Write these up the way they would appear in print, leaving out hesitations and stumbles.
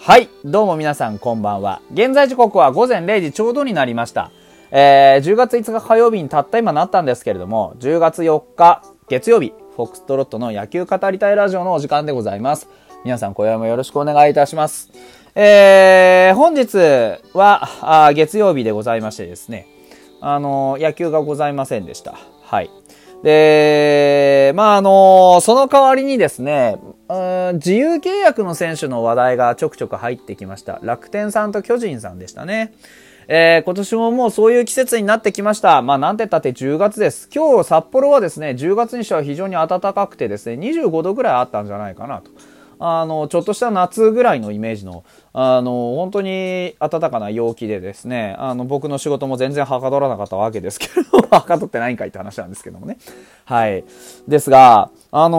はい、どうも皆さんこんばんは。現在時刻は午前0時ちょうどになりました。10月5日火曜日にたった今なったんですけれども、10月4日月曜日、フォックストロットの野球語りたいラジオのお時間でございます。皆さん今夜もよろしくお願いいたします。本日は月曜日でございましてですね、野球がございませんでした。はい。で、その代わりにですね、自由契約の選手の話題がちょくちょく入ってきました。楽天さんと巨人さんでしたね。今年ももうそういう季節になってきました。なんて言ったって10月です。今日札幌はですね、10月にしては非常に暖かくてですね、25度ぐらいあったんじゃないかなと。ちょっとした夏ぐらいのイメージの、本当に暖かな陽気でですね、僕の仕事も全然はかどらなかったわけですけど、はかどってないんかいって話なんですけどもね。はい。ですが、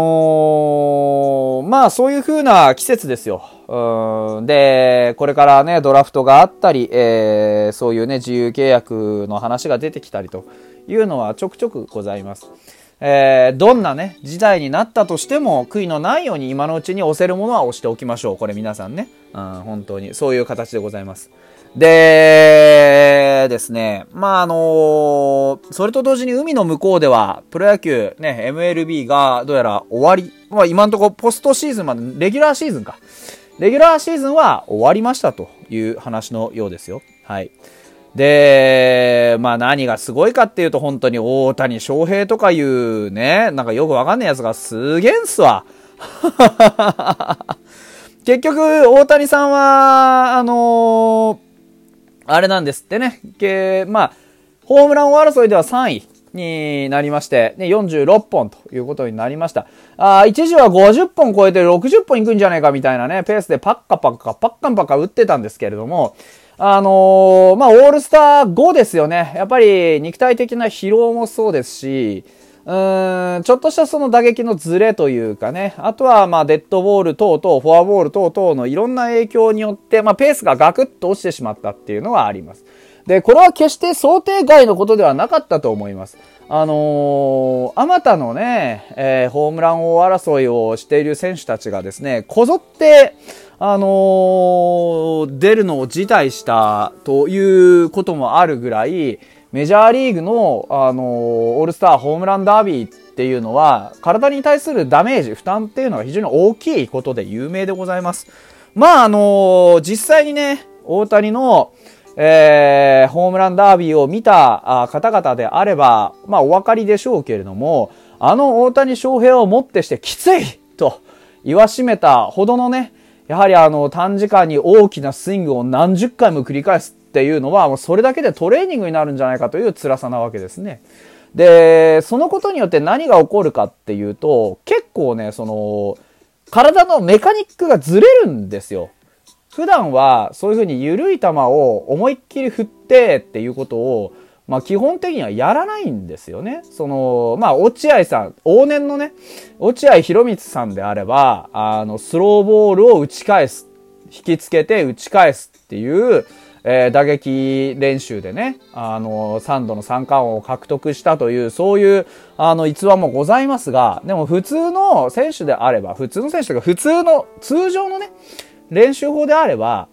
そういう風な季節ですよ。で、これからね、ドラフトがあったり、そういうね、自由契約の話が出てきたりというのはちょくちょくございます。どんなね、時代になったとしても、悔いのないように今のうちに押せるものは押しておきましょう。これ皆さんね。本当に、そういう形でございます。で、ですね、それと同時に海の向こうでは、プロ野球ね、MLB がどうやら終わり、今のところポストシーズンまで、レギュラーシーズンか。レギュラーシーズンは終わりましたという話のようですよ。はい。で、何がすごいかっていうと本当に大谷翔平とかいうね、なんかよくわかんないやつがすげえんすわ。結局、大谷さんは、あれなんですってね。ホームラン王争いでは3位になりまして、ね、46本ということになりました。一時は50本超えて60本いくんじゃないかみたいなね、ペースでパッカンパカ打ってたんですけれども、オールスター後ですよね。やっぱり肉体的な疲労もそうですし、ちょっとしたその打撃のズレというかね、あとはデッドボール等々、フォアボール等々のいろんな影響によって、ペースがガクッと落ちてしまったっていうのはあります。で、これは決して想定外のことではなかったと思います。あまたのね、ホームラン王争いをしている選手たちがですね、こぞって、出るのを辞退したということもあるぐらい、メジャーリーグの、オールスターホームランダービーっていうのは、体に対するダメージ、負担っていうのが非常に大きいことで有名でございます。実際にね、大谷の、ホームランダービーを見た方々であれば、お分かりでしょうけれども、大谷翔平をもってしてきついと言わしめたほどのね、やはり短時間に大きなスイングを何十回も繰り返すっていうのは、もうそれだけでトレーニングになるんじゃないかという辛さなわけですね。で、そのことによって何が起こるかっていうと、結構ね、体のメカニックがずれるんですよ。普段はそういう風に緩い球を思いっきり振ってっていうことを、基本的にはやらないんですよね。落合さん、往年のね、落合博満さんであれば、スローボールを打ち返す。引きつけて打ち返すっていう、打撃練習でね、3度の三冠王を獲得したという、そういう、逸話もございますが、でも普通の選手であれば、普通の選手というか、通常のね、練習法であれば、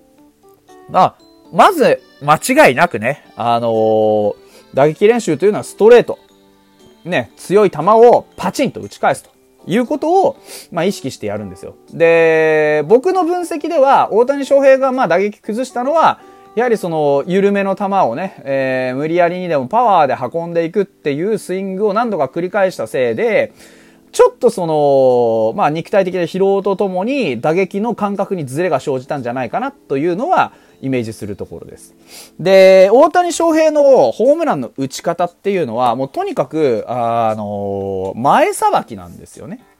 まず、間違いなくね、打撃練習というのはストレート。ね、強い球をパチンと打ち返すということを、意識してやるんですよ。で、僕の分析では、大谷翔平が打撃崩したのは、やはり緩めの球をね、無理やりにでもパワーで運んでいくっていうスイングを何度か繰り返したせいで、ちょっと肉体的な疲労とともに打撃の感覚にズレが生じたんじゃないかなというのはイメージするところです。で、大谷翔平のホームランの打ち方っていうのはもうとにかく、前さばきなんですよね。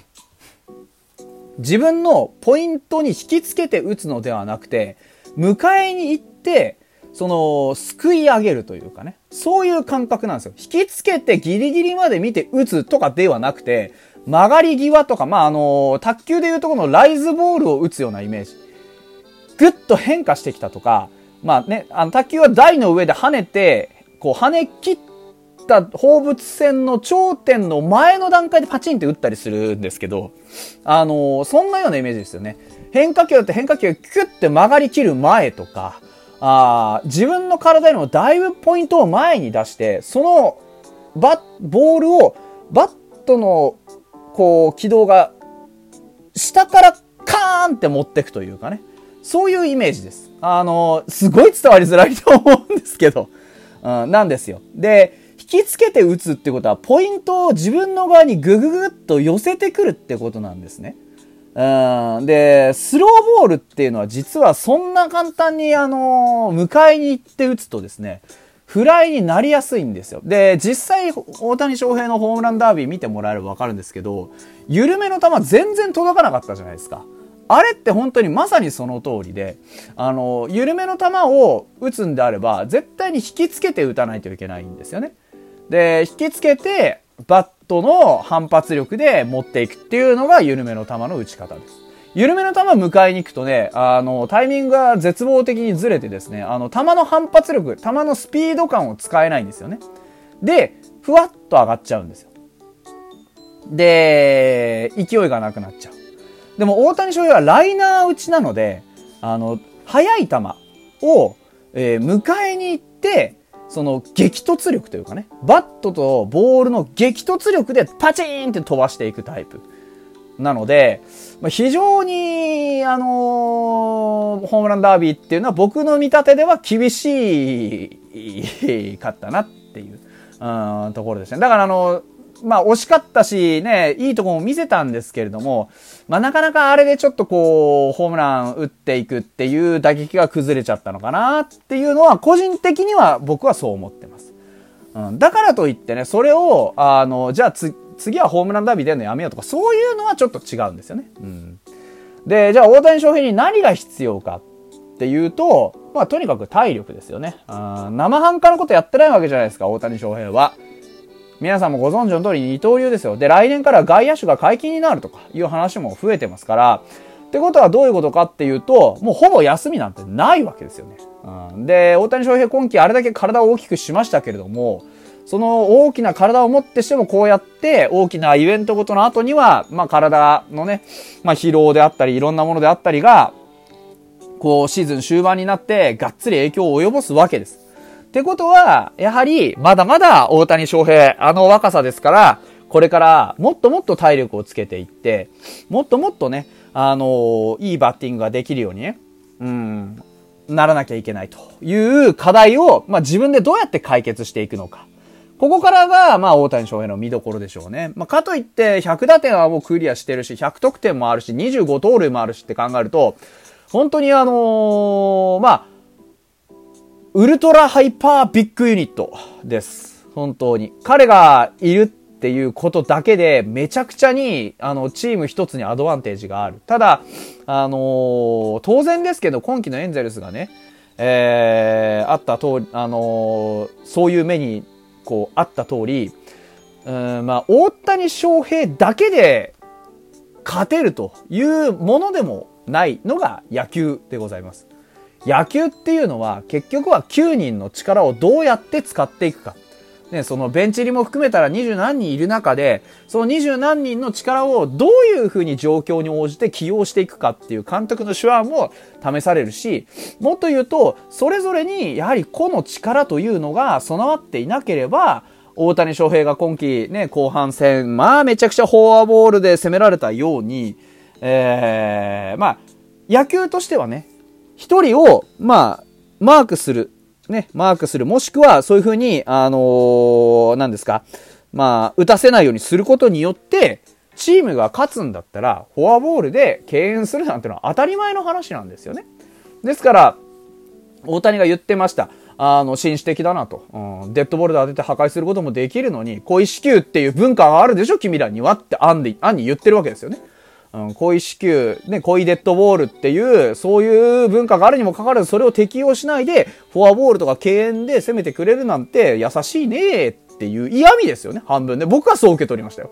自分のポイントに引きつけて打つのではなくて、迎えに行って、すくい上げるというかね。そういう感覚なんですよ。引きつけてギリギリまで見て打つとかではなくて、曲がり際とか、卓球でいうとこのライズボールを打つようなイメージ。ぐっと変化してきたとか、卓球は台の上で跳ねて、跳ね切った放物線の頂点の前の段階でパチンって打ったりするんですけど、そんなようなイメージですよね。 変化球だって変化球キュッて曲がりきる前とか、自分の体よりもだいぶポイントを前に出して、そのボールをバットのこう軌道が下からカーンって持っていくというかね。そういうイメージです。すごい伝わりづらいと思うんですけど、なんですよ。で、引きつけて打つってことは、ポイントを自分の側にグググッと寄せてくるってことなんですね。で、スローボールっていうのは実はそんな簡単に迎えに行って打つとですね、フライになりやすいんですよ。で、実際、大谷翔平のホームランダービー見てもらえればわかるんですけど、緩めの球全然届かなかったじゃないですか。あれって本当にまさにその通りで、緩めの球を打つんであれば、絶対に引きつけて打たないといけないんですよね。で、引きつけて、バットの反発力で持っていくっていうのが緩めの球の打ち方です。緩めの球迎えに行くとね、タイミングが絶望的にずれてですね、球の反発力、球のスピード感を使えないんですよね。で、ふわっと上がっちゃうんですよ。で、勢いがなくなっちゃう。でも大谷翔平はライナー打ちなので、速い球を、迎えに行って、その激突力というかね、バットとボールの激突力でパチーンって飛ばしていくタイプ。なので、非常に、ホームランダービーっていうのは僕の見立てでは厳しかったなっていう、ところですね。だから惜しかったしね、いいところも見せたんですけれども、なかなかあれでちょっとこう、ホームラン打っていくっていう打撃が崩れちゃったのかなっていうのは、個人的には僕はそう思ってます。だからといってね、それを、じゃあ次はホームランダービー出るのやめようとか、そういうのはちょっと違うんですよね。で、じゃあ大谷翔平に何が必要かっていうと、とにかく体力ですよね。生半可なことやってないわけじゃないですか、大谷翔平は。皆さんもご存知の通り二刀流ですよ。で、来年から外野手が解禁になるとかいう話も増えてますから、ってことはどういうことかっていうと、もうほぼ休みなんてないわけですよね。で、大谷翔平今季あれだけ体を大きくしましたけれども、その大きな体を持ってしてもこうやって大きなイベントごとの後には、体のね、疲労であったりいろんなものであったりが、こうシーズン終盤になってがっつり影響を及ぼすわけです。ってことは、やはりまだまだ大谷翔平、若さですから、これからもっともっと体力をつけていって、もっともっとね、いいバッティングができるようにね、ならなきゃいけないという課題を、自分でどうやって解決していくのか。ここからが、大谷翔平の見どころでしょうね。かといって、100打点はもうクリアしてるし、100得点もあるし、25盗塁もあるしって考えると、本当にウルトラハイパービッグユニットです。本当に。彼がいるっていうことだけで、めちゃくちゃに、チーム一つにアドバンテージがある。ただ、当然ですけど、今季のエンゼルスがね、あった通り、そういう目に、あった通り、大谷翔平だけで勝てるというものでもないのが野球でございます。野球っていうのは結局は9人の力をどうやって使っていくか。ね、そのベンチ入りも含めたら20何人いる中で、その20何人の力をどういうふうに状況に応じて起用していくかっていう監督の手腕も試されるし、もっと言うと、それぞれにやはり個の力というのが備わっていなければ、大谷翔平が今季ね、後半戦、めちゃくちゃフォアボールで攻められたように、野球としてはね、一人を、マークする。ね、マークする。もしくは、そういうふうに、何ですか。打たせないようにすることによって、チームが勝つんだったら、フォアボールで敬遠するなんてのは当たり前の話なんですよね。ですから、大谷が言ってました。紳士的だなと。デッドボールで当てて破壊することもできるのに、故意四球っていう文化があるでしょ君らにはって案に言ってるわけですよね。故意四球、ね、故意デッドボールっていう、そういう文化があるにもかかわらず、それを適用しないで、フォアボールとか敬遠で攻めてくれるなんて優しいねっていう嫌味ですよね、半分で。僕はそう受け取りましたよ。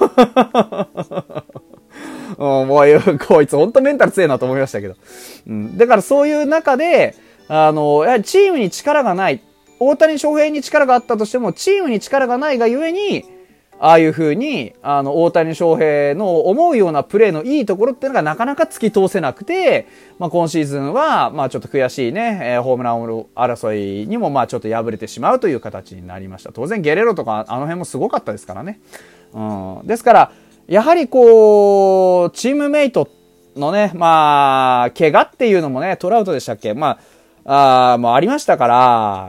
もう、こいつほんとメンタル強いなと思いましたけど。だからそういう中で、やはりチームに力がない。大谷翔平に力があったとしても、チームに力がないがゆえに、 ああいう風に、大谷翔平の思うようなプレーのいいところっていうのがなかなか突き通せなくて、まあ、今シーズンは、まあ、ちょっと悔しいね、ホームラン争いにも、まあ、ちょっと敗れてしまうという形になりました。当然、ゲレロとか、あの辺もすごかったですからね。ですから、やはりこう、チームメイトのね、まあ、怪我っていうのもね、トラウトでしたっけ？まあ、もうありましたから、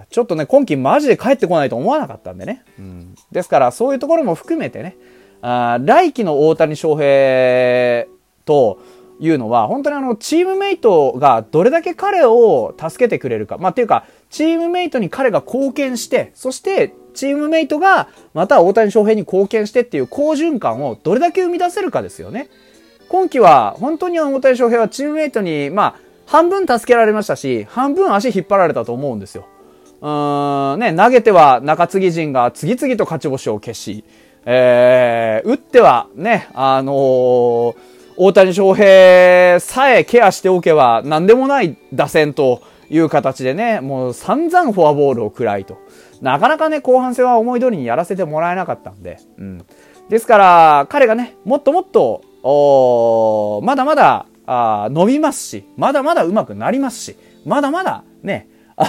ちょっとね、今季マジで帰ってこないと思わなかったんでね。ですから、そういうところも含めてね、来季の大谷翔平というのは、本当にチームメイトがどれだけ彼を助けてくれるか。まあ、っていうか、チームメイトに彼が貢献して、そして、チームメイトがまた大谷翔平に貢献してっていう好循環をどれだけ生み出せるかですよね。今季は本当に大谷翔平はチームメイトに、まあ、半分助けられましたし、半分足引っ張られたと思うんですよ。ね、投げては中継ぎ陣が次々と勝ち星を消し、打ってはね、大谷翔平さえケアしておけば何でもない打線という形でね、もう散々フォアボールを食らいと。なかなかね、後半戦は思い通りにやらせてもらえなかったんで。ですから、彼がね、もっともっと、まだまだ、伸びますし、まだまだ上手くなりますし、まだまだね、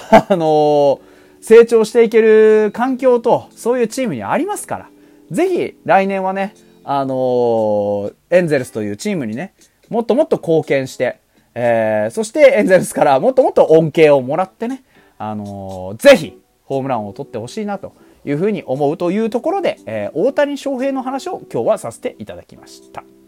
成長していける環境と、そういうチームにありますから、ぜひ来年はね、エンゼルスというチームにね、もっともっと貢献して、そしてエンゼルスからもっともっと恩恵をもらってね、ぜひホームランを取ってほしいなというふうに思うというところで、大谷翔平の話を今日はさせていただきました。